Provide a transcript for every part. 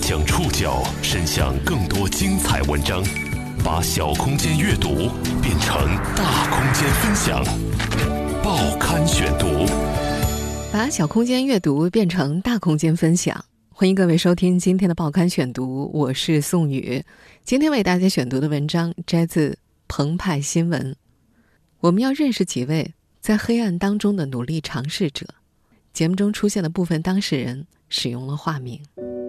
将触角伸向更多精彩文章，把小空间阅读变成大空间分享。报刊选读， 把小空间阅读变成大空间分享。欢迎各位收听今天的报刊选读，我是宋宇。今天为大家选读的文章摘自澎湃新闻。我们要认识几位在黑暗当中的努力尝试者。节目中出现的部分当事人使用了化名。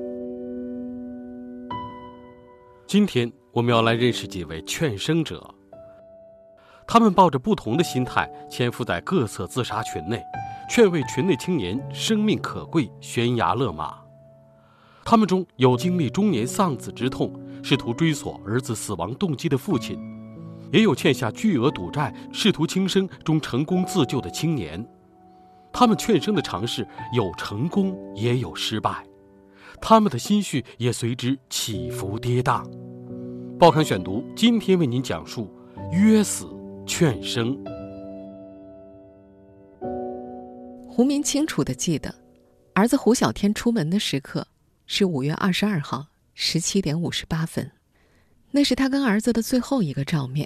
今天我们要来认识几位劝生者，他们抱着不同的心态潜伏在各色自杀群内，劝慰群内青年生命可贵，悬崖勒马。他们中有经历中年丧子之痛，试图追索儿子死亡动机的父亲，也有欠下巨额赌债，试图轻生中成功自救的青年。他们劝生的尝试有成功也有失败，他们的心绪也随之起伏跌宕。报刊选读今天为您讲述约死劝生。 胡明清楚地记得，儿子胡小天出门的时刻是5月22号17点58分，那是他跟儿子的最后一个照面。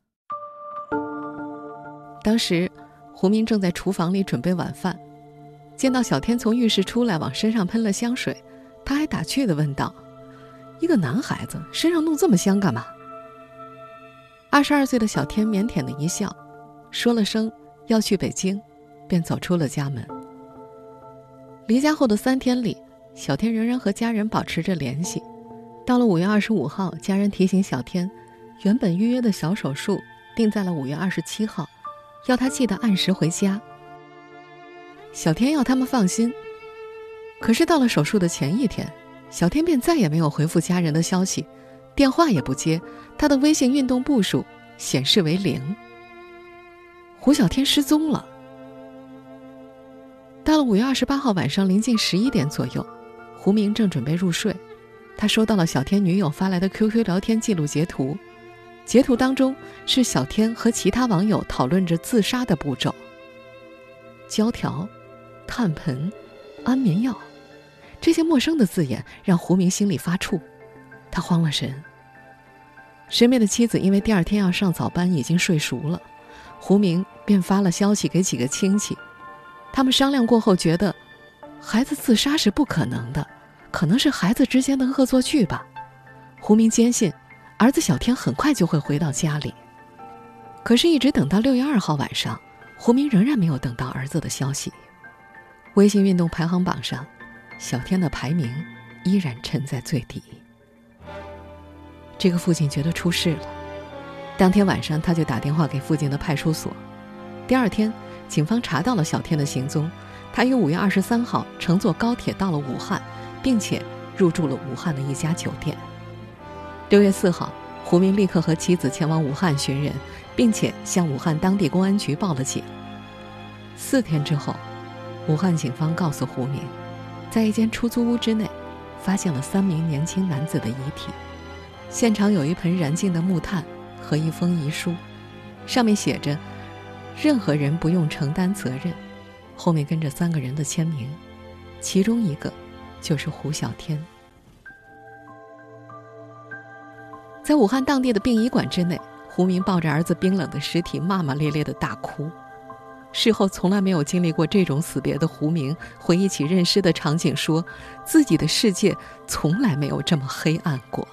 当时胡明正在厨房里准备晚饭，见到小天从浴室出来，往身上喷了香水，他还打趣地问道：一个男孩子身上弄这么香干嘛？22岁的小天腼腆的一笑，说了声要去北京，便走出了家门。离家后的3天里，小天仍然和家人保持着联系。到了5月25号，家人提醒小天，原本预约的小手术定在了5月27号，要他记得按时回家。小天要他们放心，可是到了手术的前一天，小天便再也没有回复家人的消息，电话也不接，他的微信运动步数显示为0。胡小天失踪了。到了5月28号晚上临近11点左右，胡明正准备入睡，他收到了小天女友发来的 QQ 聊天记录截图，截图当中是小天和其他网友讨论着自杀的步骤。胶条、炭盆、安眠药，这些陌生的字眼让胡明心里发怵，他慌了神。身边的妻子因为第二天要上早班已经睡熟了，胡明便发了消息给几个亲戚。他们商量过后觉得孩子自杀是不可能的，可能是孩子之间的恶作剧吧。胡明坚信儿子小天很快就会回到家里。可是一直等到6月2号晚上，胡明仍然没有等到儿子的消息。微信运动排行榜上，小天的排名依然沉在最底。这个父亲觉得出事了，当天晚上他就打电话给附近的派出所。第二天警方查到了小天的行踪，他于5月23号乘坐高铁到了武汉，并且入住了武汉的一家酒店。6月4号，胡明立刻和妻子前往武汉寻人，并且向武汉当地公安局报了警。4天之后，武汉警方告诉胡明，在一间出租屋之内发现了3名年轻男子的遗体，现场有一盆燃尽的木炭和一封遗书，上面写着任何人不用承担责任，后面跟着3个人的签名，其中一个就是胡小天。在武汉当地的殡仪馆之内，胡明抱着儿子冰冷的尸体骂骂咧咧的大哭。事后从来没有经历过这种死别的胡明回忆起认尸的场景，说自己的世界从来没有这么黑暗过。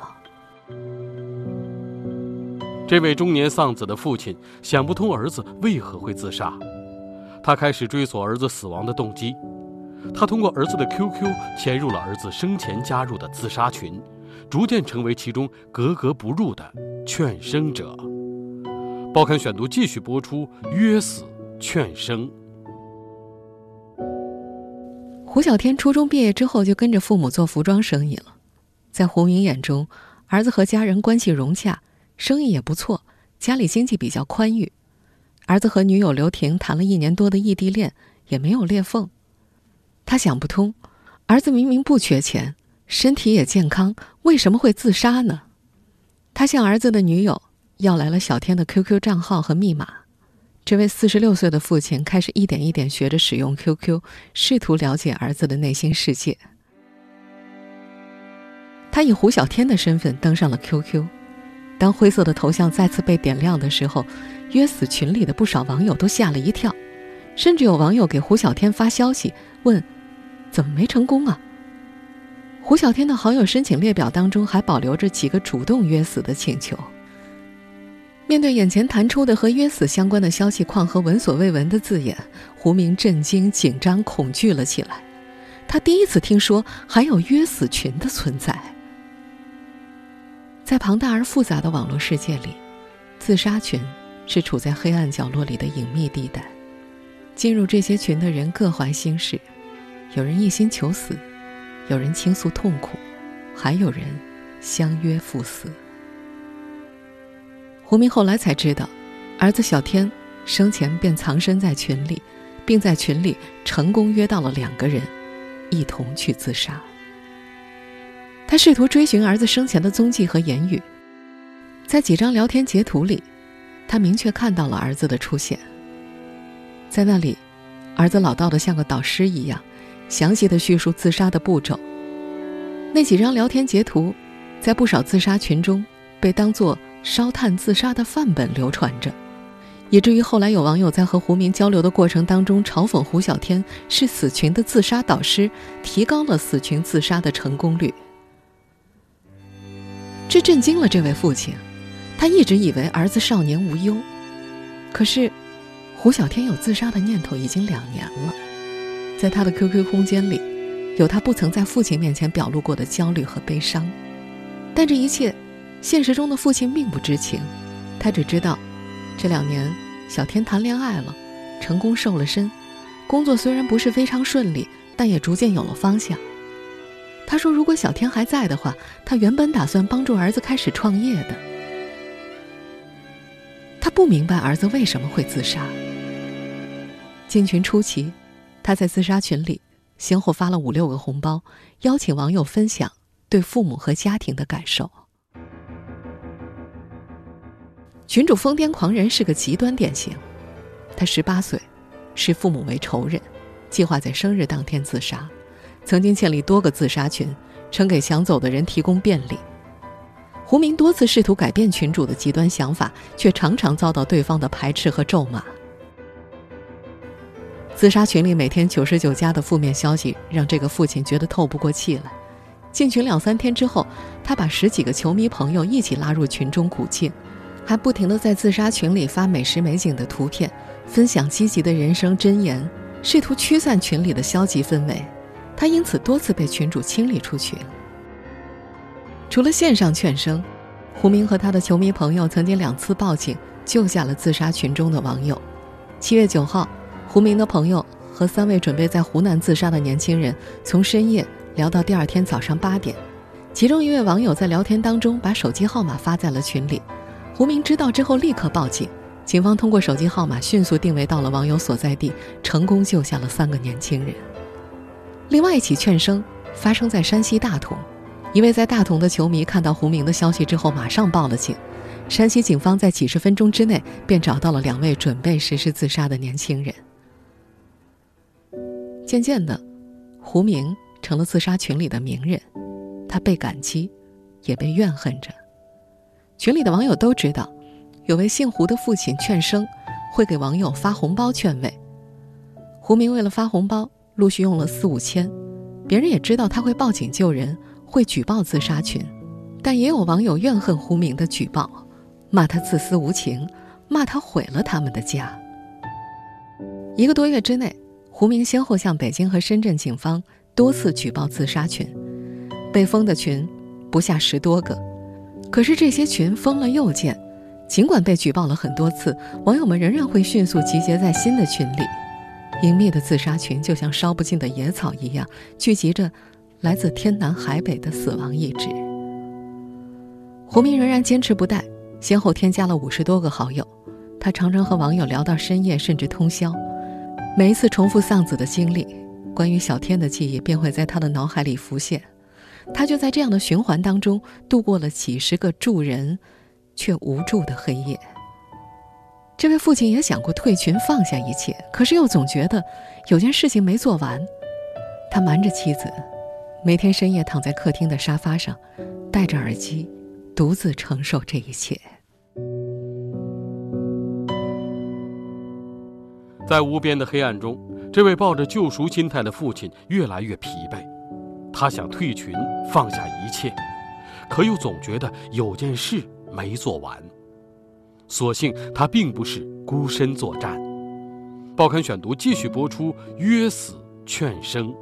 这位中年丧子的父亲想不通儿子为何会自杀，他开始追索儿子死亡的动机。他通过儿子的 QQ 潜入了儿子生前加入的自杀群，逐渐成为其中格格不入的劝生者。报刊选读继续播出约死劝生。 胡小天初中毕业之后就跟着父母做服装生意了。在胡明眼中，儿子和家人关系融洽，生意也不错，家里经济比较宽裕。儿子和女友刘婷谈了1年多的异地恋，也没有裂缝。他想不通，儿子明明不缺钱，身体也健康，为什么会自杀呢？他向儿子的女友要来了小天的 QQ 账号和密码。这位46岁的父亲开始一点一点学着使用 QQ， 试图了解儿子的内心世界。 他以胡小天的身份登上了 QQ。 当灰色的头像再次被点亮的时候，约死群里的不少网友都吓了一跳，甚至有网友给胡小天发消息问怎么没成功啊。胡小天的好友申请列表当中还保留着几个主动约死的请求。面对眼前弹出的和约死相关的消息框和闻所未闻的字眼，胡明震惊、紧张、恐惧了起来。他第一次听说还有约死群的存在。在庞大而复杂的网络世界里，自杀群是处在黑暗角落里的隐秘地带。进入这些群的人各怀心事，有人一心求死，有人倾诉痛苦，还有人相约赴死。胡明后来才知道，儿子小天生前便藏身在群里，并在群里成功约到了2个人一同去自杀。他试图追寻儿子生前的踪迹和言语，在几张聊天截图里，他明确看到了儿子的出现。在那里，儿子老道的像个导师一样，详细地叙述自杀的步骤。那几张聊天截图在不少自杀群中被当作烧炭自杀的范本流传着，以至于后来有网友在和胡明交流的过程当中嘲讽胡小天是死群的自杀导师，提高了死群自杀的成功率。这震惊了这位父亲，他一直以为儿子少年无忧，可是胡小天有自杀的念头已经2年了。在他的 QQ 空间里，有他不曾在父亲面前表露过的焦虑和悲伤，但这一切现实中的父亲并不知情，他只知道这2年小天谈恋爱了，成功瘦了身，工作虽然不是非常顺利，但也逐渐有了方向。他说如果小天还在的话，他原本打算帮助儿子开始创业的。他不明白儿子为什么会自杀。进群初期，他在自杀群里先后发了5-6个红包，邀请网友分享对父母和家庭的感受。群主疯癫狂人是个极端典型，他18岁，视父母为仇人，计划在生日当天自杀，曾经建立多个自杀群，称给想走的人提供便利。胡明多次试图改变群主的极端想法，却常常遭到对方的排斥和咒骂。自杀群里每天99加的负面消息让这个父亲觉得透不过气来。进群2-3天之后，他把10几个球迷朋友一起拉入群中鼓劲，还不停地在自杀群里发美食美景的图片，分享积极的人生箴言，试图驱散群里的消极氛围。他因此多次被群主清理出群。除了线上劝声，胡明和他的球迷朋友曾经2次报警，救下了自杀群中的网友。7月9号，胡明的朋友和3位准备在湖南自杀的年轻人从深夜聊到第2天早上8点。其中一位网友在聊天当中把手机号码发在了群里，胡明知道之后立刻报警，警方通过手机号码迅速定位到了网友所在地，成功救下了3个年轻人。另外一起劝声发生在山西大同，一位在大同的球迷看到胡明的消息之后马上报了警，山西警方在几十分钟之内便找到了2位准备实施自杀的年轻人。渐渐的，胡明成了自杀群里的名人，他被感激，也被怨恨着。群里的网友都知道，有位姓胡的父亲劝声会给网友发红包劝慰。胡明为了发红包，陆续用了4-5千，别人也知道他会报警救人，会举报自杀群，但也有网友怨恨胡明的举报，骂他自私无情，骂他毁了他们的家。1个多月之内，胡明先后向北京和深圳警方多次举报自杀群，被封的群不下10多个。可是这些群封了又建，尽管被举报了很多次，网友们仍然会迅速集结在新的群里。隐秘的自杀群就像烧不尽的野草一样，聚集着来自天南海北的死亡意志。胡明仍然坚持不怠，先后添加了50多个好友。他常常和网友聊到深夜，甚至通宵。每一次重复丧子的经历，关于小天的记忆便会在他的脑海里浮现。他就在这样的循环当中度过了几10个助人却无助的黑夜。这位父亲也想过退群放下一切，可是又总觉得有件事情没做完。他瞒着妻子，每天深夜躺在客厅的沙发上， 戴着耳机独自承受这一切。 在无边的黑暗中，这位抱着救赎心态的父亲越来越疲惫。他想退群，放下一切，可又总觉得有件事没做完。所幸他并不是孤身作战。报刊选读继续播出约死劝生。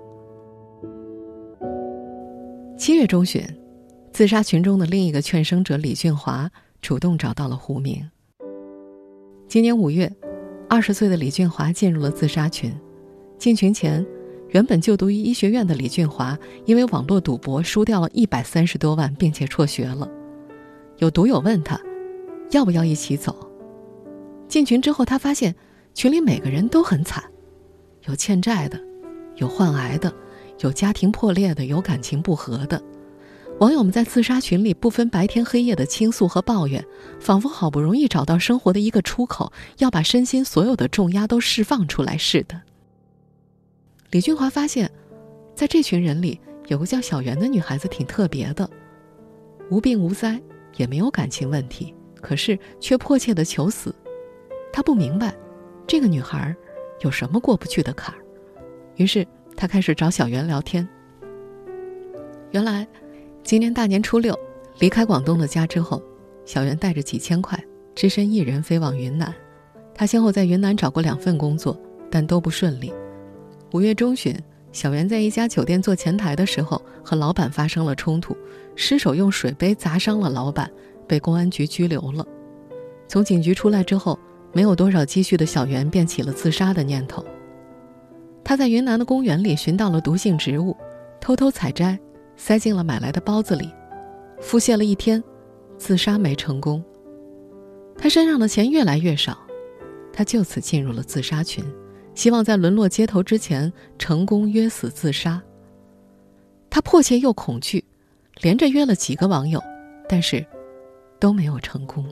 7月中旬，自杀群中的另一个劝生者李俊华主动找到了胡明。今年5月，20岁的李俊华进入了自杀群。进群前，原本就读于医学院的李俊华因为网络赌博输掉了130多万，并且辍学了。有赌友问他要不要一起走。进群之后，他发现群里每个人都很惨，有欠债的，有患癌的，有家庭破裂的，有感情不和的。网友们在自杀群里不分白天黑夜的倾诉和抱怨，仿佛好不容易找到生活的一个出口，要把身心所有的重压都释放出来似的。李俊华发现，在这群人里有个叫小袁的女孩子挺特别的，无病无灾，也没有感情问题，可是却迫切地求死。他不明白这个女孩有什么过不去的坎儿，于是他开始找小袁聊天。原来今年大年初6离开广东的家之后，小袁带着几千块只身一人飞往云南。他先后在云南找过2份工作，但都不顺利。5月中旬，小袁在一家酒店做前台的时候和老板发生了冲突，失手用水杯砸伤了老板，被公安局拘留了。从警局出来之后，没有多少积蓄的小袁便起了自杀的念头。他在云南的公园里寻到了毒性植物，偷偷采摘，塞进了买来的包子里，腹泻了1天，自杀没成功。他身上的钱越来越少，他就此进入了自杀群，希望在沦落街头之前成功约死自杀。他迫切又恐惧，连着约了几个网友，但是都没有成功。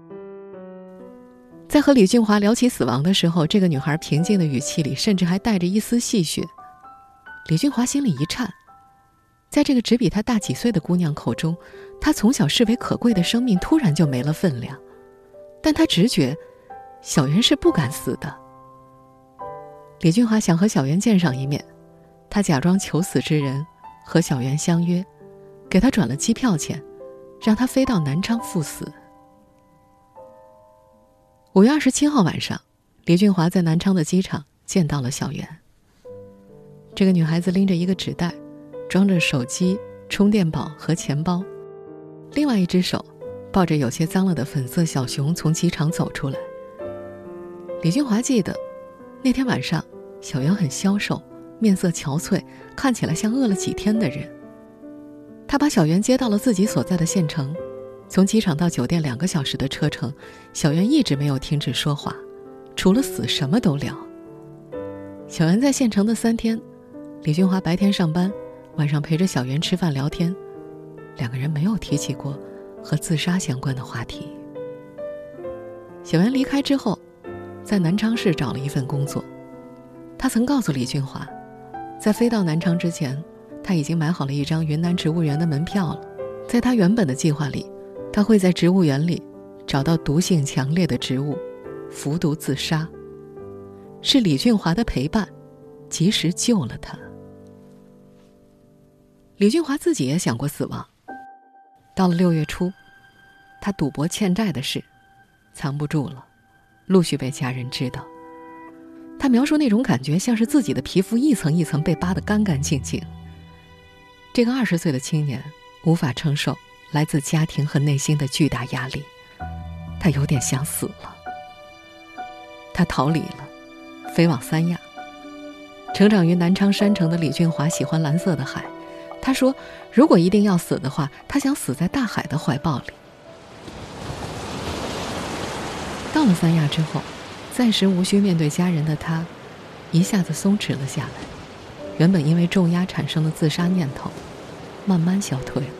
在和李俊华聊起死亡的时候，这个女孩平静的语气里甚至还带着一丝戏谑。李俊华心里一颤，在这个只比他大几岁的姑娘口中，她从小视为可贵的生命突然就没了分量。但他直觉小袁是不敢死的。李俊华想和小袁见上一面，他假装求死之人和小袁相约，给他转了机票钱，让他飞到南昌赴死。5月27号晚上，李俊华在南昌的机场见到了小袁。这个女孩子拎着一个纸袋，装着手机、充电宝和钱包，另外一只手抱着有些脏了的粉色小熊从机场走出来。李俊华记得那天晚上小袁很消瘦，面色憔悴，看起来像饿了几天的人。他把小袁接到了自己所在的县城，从机场到酒店2个小时的车程，小袁一直没有停止说话，除了死什么都聊。小袁在县城的3天，李俊华白天上班，晚上陪着小袁吃饭聊天，2个人没有提起过和自杀相关的话题。小袁离开之后，在南昌市找了一份工作。他曾告诉李俊华，在飞到南昌之前，他已经买好了一张云南植物园的门票了。在他原本的计划里，他会在植物园里找到毒性强烈的植物，服毒自杀。是李俊华的陪伴及时救了他。李俊华自己也想过死亡。到了6月初，他赌博欠债的事藏不住了，陆续被家人知道。他描述那种感觉像是自己的皮肤一层一层被扒得干干净净。这个20岁的青年无法承受来自家庭和内心的巨大压力，他有点想死了。他逃离了，飞往三亚。成长于南昌山城的李俊华喜欢蓝色的海，他说如果一定要死的话，他想死在大海的怀抱里。到了三亚之后，暂时无需面对家人的他一下子松弛了下来，原本因为重压产生的自杀念头慢慢消退了。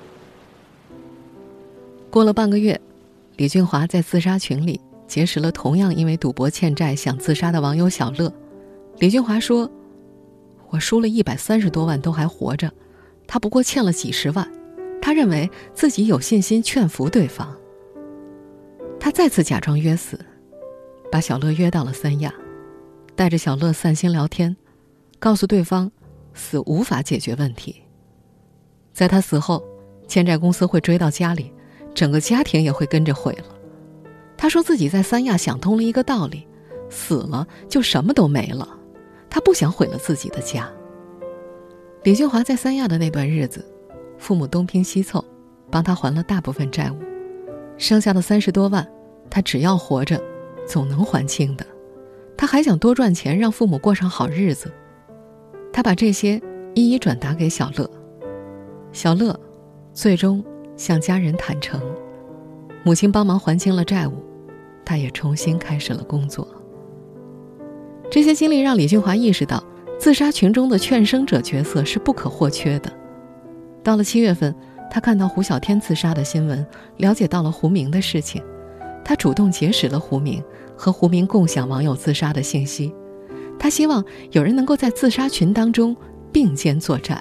过了半个月，李俊华在自杀群里结识了同样因为赌博欠债想自杀的网友小乐。李俊华说，我输了130多万都还活着，他不过欠了几十万， 他认为自己有信心劝服对方。他再次假装约死，把小乐约到了三亚，带着小乐散心聊天，告诉对方死无法解决问题。在他死后，欠债公司会追到家里，整个家庭也会跟着毁了。他说自己在三亚想通了一个道理，死了就什么都没了，他不想毁了自己的家。李俊华在三亚的那段日子，父母东拼西凑，帮他还了大部分债务，剩下的30多万，他只要活着，总能还清的。他还想多赚钱，让父母过上好日子。他把这些一一转达给小乐，小乐最终向家人坦诚，母亲帮忙还清了债务，他也重新开始了工作。这些经历让李俊华意识到，自杀群中的劝生者角色是不可或缺的。到了7月份，他看到胡小天自杀的新闻，了解到了胡明的事情，他主动结识了胡明，和胡明共享网友自杀的信息。他希望有人能够在自杀群当中并肩作战。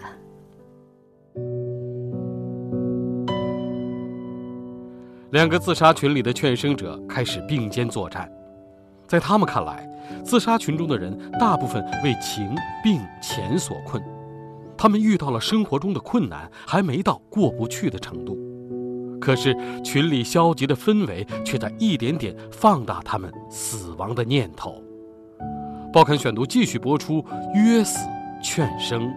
2个自杀群里的劝生者开始并肩作战。在他们看来，自杀群中的人大部分为情、病、钱所困，他们遇到了生活中的困难，还没到过不去的程度。可是群里消极的氛围却在一点点放大他们死亡的念头。报刊选读继续播出约死劝生。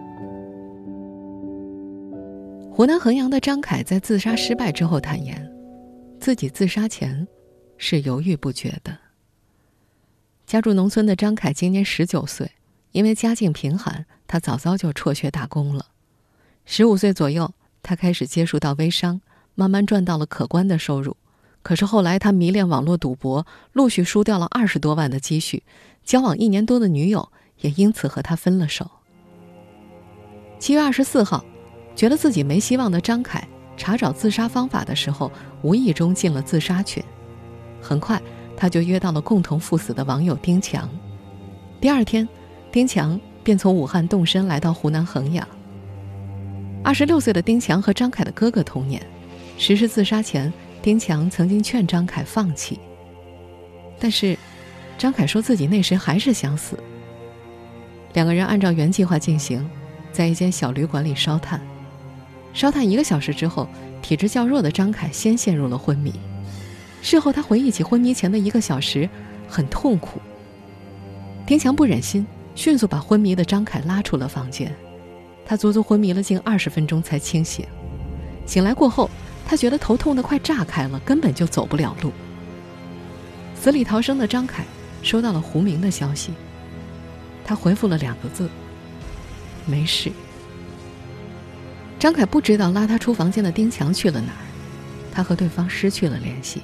湖南衡阳的张凯在自杀失败之后坦言，自己自杀前是犹豫不决的。家住农村的张凯今年19岁，因为家境贫寒，他早早就辍学打工了。15岁左右，他开始接触到微商，慢慢赚到了可观的收入。可是后来他迷恋网络赌博，陆续输掉了20多万的积蓄，交往1年多的女友也因此和他分了手。7月24号，觉得自己没希望的张凯查找自杀方法的时候，无意中进了自杀群。很快他就约到了共同赴死的网友丁强。第2天，丁强便从武汉动身来到湖南衡阳。26岁的丁强和张凯的哥哥同年，实施自杀前，丁强曾经劝张凯放弃，但是张凯说自己那时还是想死。2个人按照原计划进行，在一间小旅馆里烧炭。烧炭1个小时之后，体质较弱的张凯先陷入了昏迷。事后他回忆起昏迷前的1个小时很痛苦。丁强不忍心，迅速把昏迷的张凯拉出了房间。他足足昏迷了近20分钟才清醒。醒来过后，他觉得头痛得快炸开了，根本就走不了路。死里逃生的张凯收到了胡明的消息，他回复了2个字：没事。张凯不知道拉他出房间的丁强去了哪儿，他和对方失去了联系。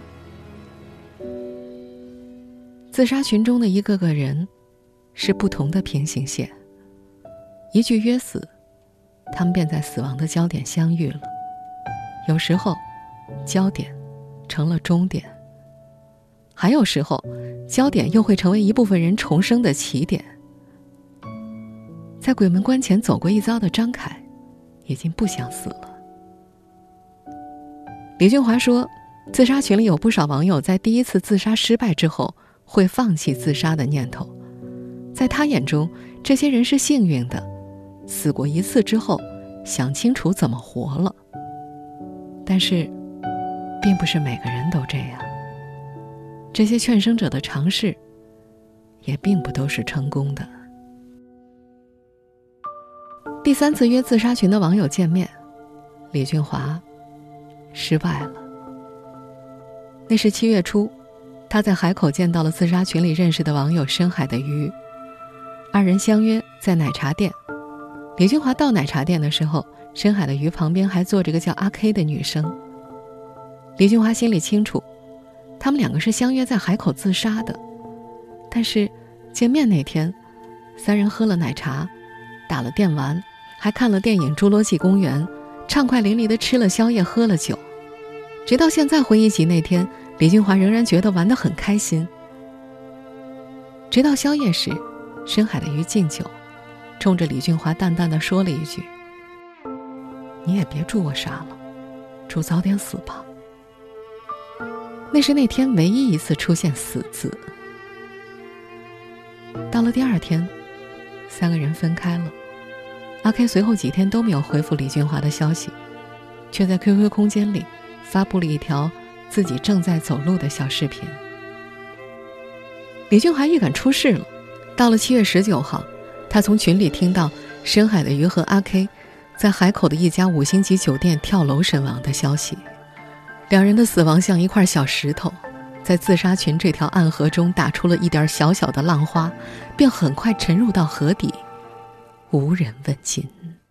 自杀群中的一个个人是不同的平行线，一句约死，他们便在死亡的焦点相遇了。有时候焦点成了终点，还有时候焦点又会成为一部分人重生的起点。在鬼门关前走过一遭的张凯已经不想死了。李俊华说，自杀群里有不少网友在第1次自杀失败之后会放弃自杀的念头。在他眼中，这些人是幸运的，死过1次之后想清楚怎么活了。但是并不是每个人都这样，这些劝生者的尝试也并不都是成功的。第3次约自杀群的网友见面，李俊华失败了。那是7月初，他在海口见到了自杀群里认识的网友深海的鱼，2人相约在奶茶店。李俊华到奶茶店的时候，深海的鱼旁边还坐着个叫阿 K 的女生。李俊华心里清楚，他们2个是相约在海口自杀的。但是见面那天，3人喝了奶茶，打了电玩，还看了电影《侏罗纪公园》，畅快淋漓地吃了宵夜，喝了酒。直到现在回忆起那天，李俊华仍然觉得玩得很开心。直到宵夜时，深海的鱼敬酒，冲着李俊华淡淡地说了一句： 你也别祝我傻了，祝早点死吧。那是那天唯一一次出现死字。到了第二天，3个人分开了。阿 K 随后几天都没有回复李俊华的消息，却在 QQ 空间里发布了一条自己正在走路的小视频。李俊华预感出事了。到了7月19号，他从群里听到深海的鱼和阿 K 在海口的一家5星级酒店跳楼身亡的消息。两人的死亡像一块小石头，在自杀群这条暗河中打出了一点小小的浪花，便很快沉入到河底，无人问津。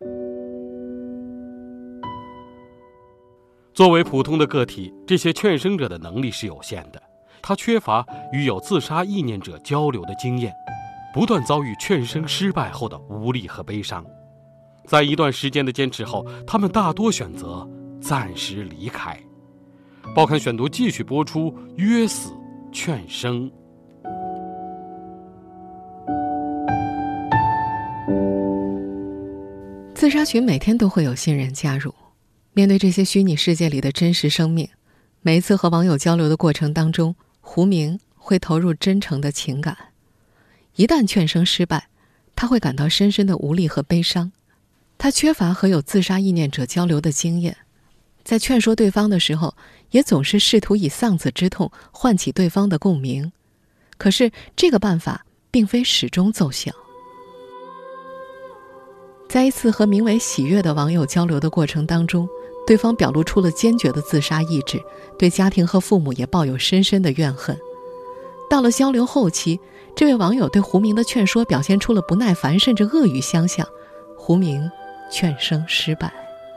作为普通的个体，这些劝生者的能力是有限的，他缺乏与有自杀意念者交流的经验，不断遭遇劝生失败后的无力和悲伤。在一段时间的坚持后，他们大多选择暂时离开。报刊选读继续播出约死劝生。 自杀群每天都会有新人加入，面对这些虚拟世界里的真实生命，每一次和网友交流的过程当中，胡明会投入真诚的情感。一旦劝生失败，他会感到深深的无力和悲伤。他缺乏和有自杀意念者交流的经验，在劝说对方的时候，也总是试图以丧子之痛唤起对方的共鸣。可是这个办法并非始终奏效。在一次和名为喜悦的网友交流的过程当中，对方表露出了坚决的自杀意志，对家庭和父母也抱有深深的怨恨。到了交流后期，这位网友对胡明的劝说表现出了不耐烦甚至恶语相向，胡明劝生失败。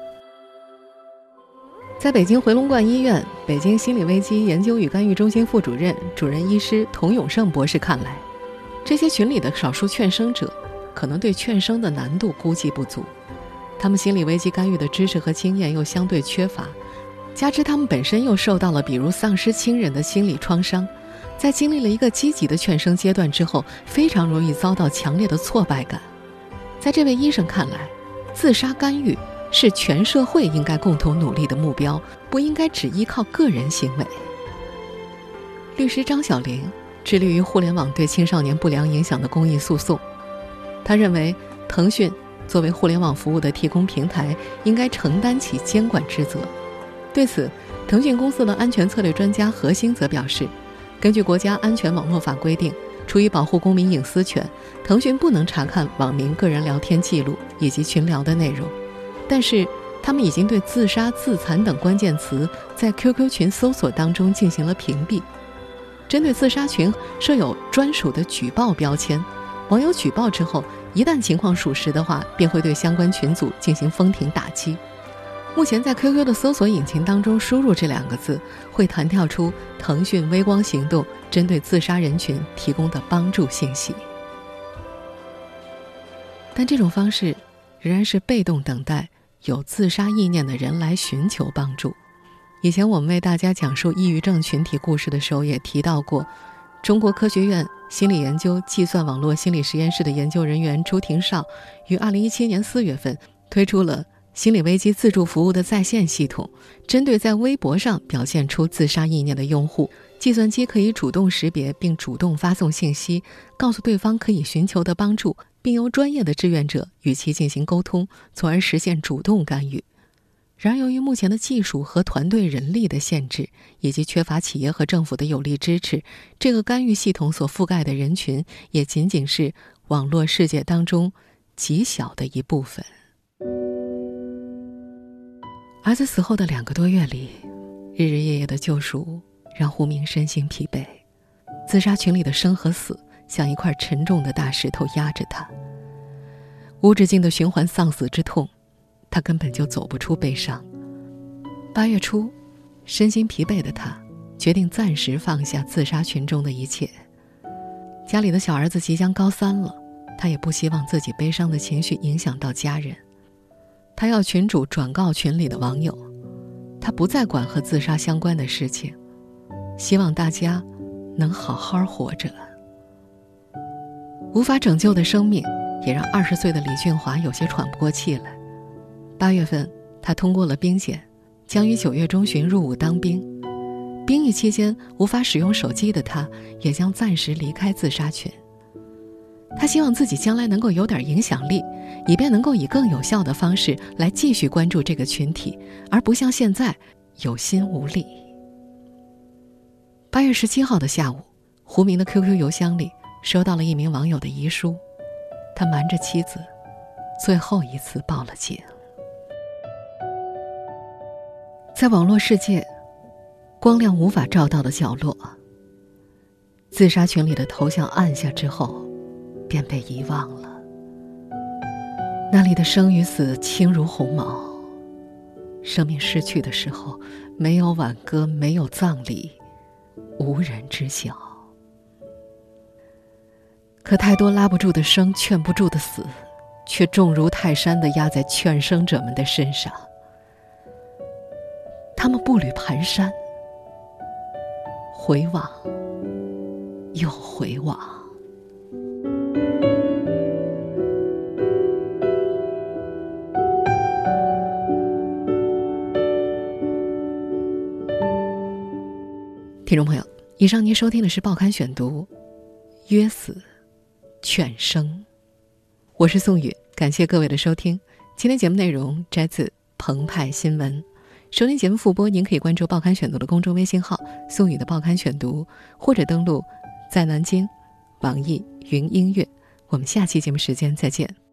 在北京回龙观医院北京心理危机研究与干预中心副主任、主任医师童永胜博士看来，这些群里的少数劝生者可能对劝生的难度估计不足，他们心理危机干预的知识和经验又相对缺乏，加之他们本身又受到了比如丧失亲人的心理创伤，在经历了一个积极的劝生阶段之后，非常容易遭到强烈的挫败感。在这位医生看来，自杀干预是全社会应该共同努力的目标，不应该只依靠个人行为。律师张晓玲致力于互联网对青少年不良影响的公益诉讼，他认为腾讯作为互联网服务的提供平台，应该承担起监管职责。对此，腾讯公司的安全策略专家何兴则表示，根据国家安全网络法规定，出于保护公民隐私权，腾讯不能查看网民个人聊天记录以及群聊的内容，但是他们已经对自杀、自残等关键词在 QQ 群搜索当中进行了屏蔽。针对自杀群设有专属的举报标签，网友举报之后，一旦情况属实的话，便会对相关群组进行封停打击。目前在 QQ 的搜索引擎当中输入这2个字，会弹跳出腾讯微光行动针对自杀人群提供的帮助信息。但这种方式仍然是被动等待有自杀意念的人来寻求帮助。以前我们为大家讲述抑郁症群体故事的时候也提到过，中国科学院心理研究计算网络心理实验室的研究人员朱廷绍于2017年4月份推出了心理危机自助服务的在线系统，针对在微博上表现出自杀意念的用户，计算机可以主动识别并主动发送信息，告诉对方可以寻求的帮助，并由专业的志愿者与其进行沟通，从而实现主动干预。然而由于目前的技术和团队人力的限制，以及缺乏企业和政府的有力支持，这个干预系统所覆盖的人群也仅仅是网络世界当中极小的一部分。儿子死后的2个多月里，日日夜夜的救赎让胡明身心疲惫，自杀群里的生和死像一块沉重的大石头压着他，无止境的循环丧死之痛，他根本就走不出悲伤。8月初，身心疲惫的他决定暂时放下自杀群中的一切。家里的小儿子即将高3了，他也不希望自己悲伤的情绪影响到家人。他要群主转告群里的网友，他不再管和自杀相关的事情，希望大家能好好活着。无法拯救的生命也让20岁的李俊华有些喘不过气来。8月份， 他通过了兵检，将于9月中旬入伍当兵。兵役期间无法使用手机的他，也将暂时离开自杀群。他希望自己将来能够有点影响力，以便能够以更有效的方式来继续关注这个群体，而不像现在有心无力。8月17号的下午，胡明的 QQ 邮箱里收到了一名网友的遗书，他瞒着妻子最后一次报了警。在网络世界光亮无法照到的角落，自杀群里的头像按下之后便被遗忘了。那里的生与死轻如鸿毛，生命逝去的时候，没有挽歌，没有葬礼，无人知晓。可太多拉不住的生，劝不住的死，却重如泰山地压在劝生者们的身上。他们步履蹒跚，回望又回望。听众朋友，以上您收听的是报刊选读《约死劝生》，我是宋宇，感谢各位的收听。今天节目内容摘自澎湃新闻。收听节目复播，您可以关注报刊选读的公众微信号宋宇的报刊选读，或者登录在南京网易云音乐。我们下期节目时间再见。